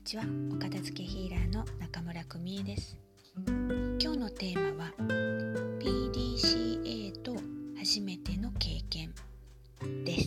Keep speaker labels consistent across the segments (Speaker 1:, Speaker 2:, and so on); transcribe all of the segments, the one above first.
Speaker 1: ちは。お片付けヒーラーの中村久美恵です。今日のテーマは PDCA と初めての経験です。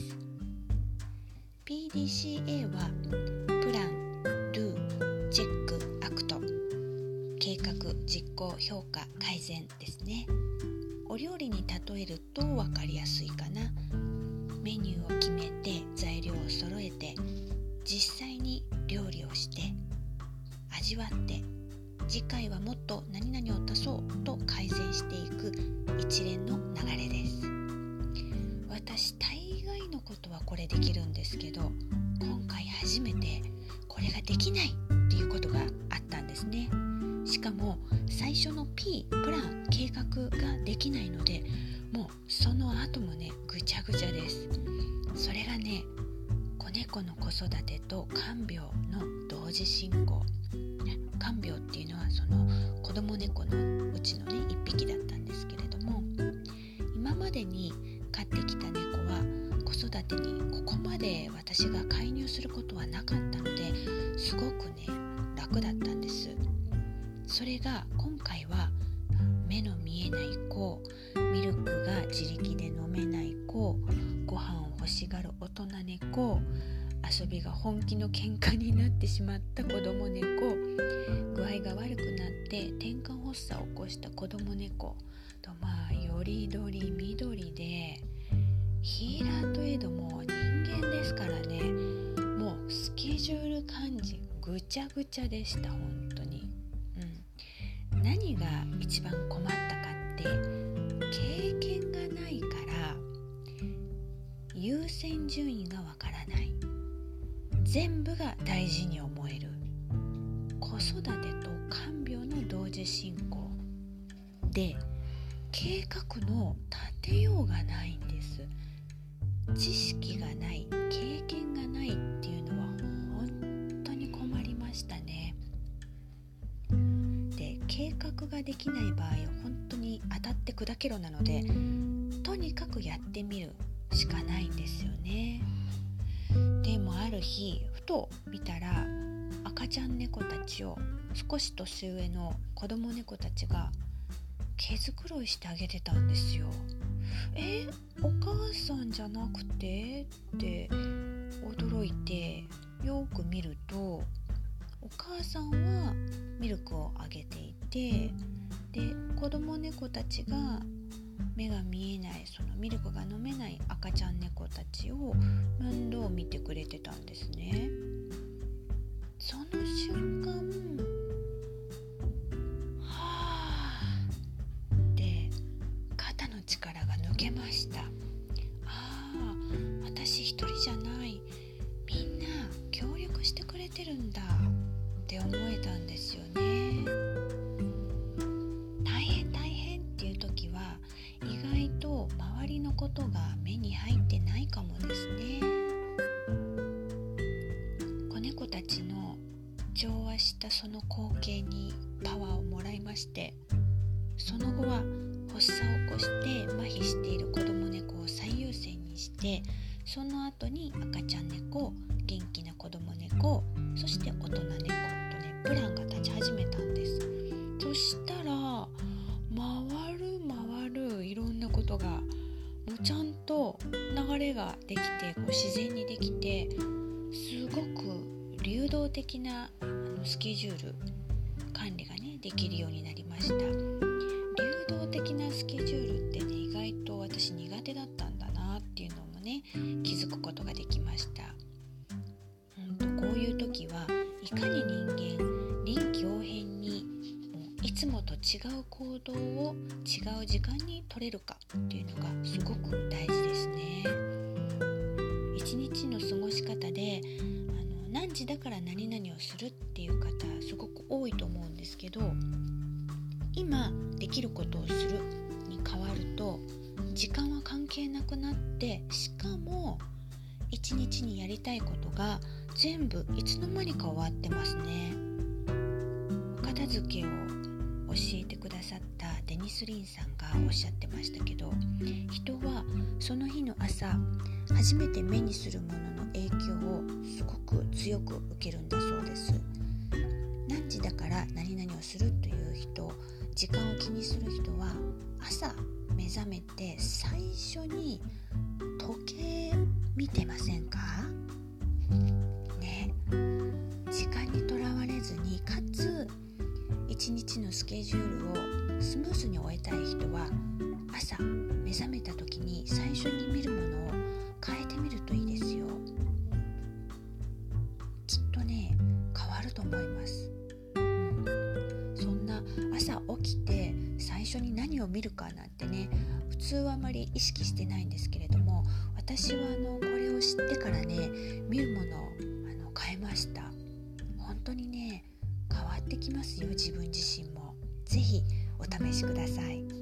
Speaker 1: PDCA はプラン、ドゥ、チェック、アクト、計画、実行、評価、改善ですね。お料理に例えると分かりやすいかな。メニューを決めて材料を揃えて実際に料理をして味わって次回はもっと何々を足そうと改善していく一連の流れです。私大概のことはこれできるんですけど、今回初めてこれができないっていうことがあったんですね。しかも最初の P プラン計画ができないので、もうその後もねぐちゃぐちゃです。それがね、子猫の子育てと看病の同時進行。看病っていうのはその子供猫のうちのね1匹だったんですけれども、今までに飼ってきた猫は子育てにここまで私が介入することはなかったので、すごくね楽だったんです。それが今回は目の見えない子、ミルクが自力で飲めない子、ご飯を欲しがる大人猫、遊びが本気の喧嘩になってしまった子供猫、具合が悪くなって転換発作を起こした子供猫と、よりどりみどりで、ヒーラーといえども人間ですからね、もうスケジュール管理ぐちゃぐちゃでした。本当に、何が一番困ったかって、経験がないから優先順位がわからない、全部が大事に思える、子育てと看病の同時進行で計画の立てようがないんです。知識がない、経験がないっていうのは本当に困りましたね。で、計画ができない場合は本当に当たって砕けろなので、とにかくやってみるしかないんですよね。でもある日ふと見たら、赤ちゃん猫たちを少し年上の子供猫たちが毛づくろいしてあげてたんですよ。お母さんじゃなくてって驚いて、よく見るとお母さんはミルクをあげていて、で子供猫たちが目が見えない、そのミルクが飲めない赤ちゃん猫たちを面倒を見てくれてたんですね。その瞬間、で肩の力が抜けました。私一人じゃない、みんな協力してくれてるんだって思えたんですよね。大変っていう時は意外と周りのことが目に入ってないかもですね。子猫たちの調和したその光景にパワーをもらいまして、その後は発作を起こして麻痺している子供猫を最優先にして、その後に赤ちゃん猫、元気な子供猫、そして大人猫とねプランが立ち始めたんです。そしたら回るいろんなことがもうちゃんと流れができて、自然にできて、すごく流動的なスケジュール管理がねできるようになりました。流動的なスケジュールってね、意外と私苦手だったんだなっていうのもね気づくことができました。こういう時はいかに人間臨機応変にいつもと違う行動を違う時間に取れるかっていうのがすごく大事ですね。一日の過ごし方で何時だから何々をするっていう方すごく多いと思うんですけど、今できることをするに変わると時間は関係なくなって、しかも一日にやりたいことが全部いつの間にか終わってますね。お片付けを教えてくださったデニス・リンさんがおっしゃってましたけど、人はその日の朝初めて目にするものの影響をすごく強く受けるんだそうです。 時だから何々をするという人、時間を気にする人は朝目覚めて最初に時計見てませんかね。時間にとらわれずに、かつ一日のスケジュールをスムーズに終えたい人は、朝目覚めた時に最初に見るものを変えてみるといいですよ。きっとね、変わると思います。そんな朝起きて最初に何を見るかなんてね、普通はあまり意識してないんですけれども、私はこれを知ってからね、見るものを変えました。本当にね、変わってきますよ、自分自身も。ぜひお試しください。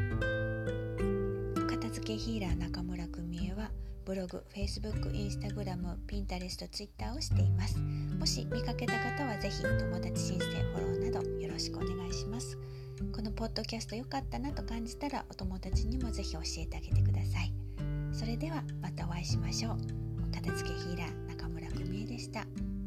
Speaker 1: 片付けヒーラー中村久美恵はブログ、Facebook、Instagram、Pinterest、Twitter をしています。もし見かけた方はぜひ友達申請、フォローなどよろしくお願いします。このポッドキャスト良かったなと感じたら、お友達にもぜひ教えてあげてください。それではまたお会いしましょう。片付けヒーラー中村久美恵でした。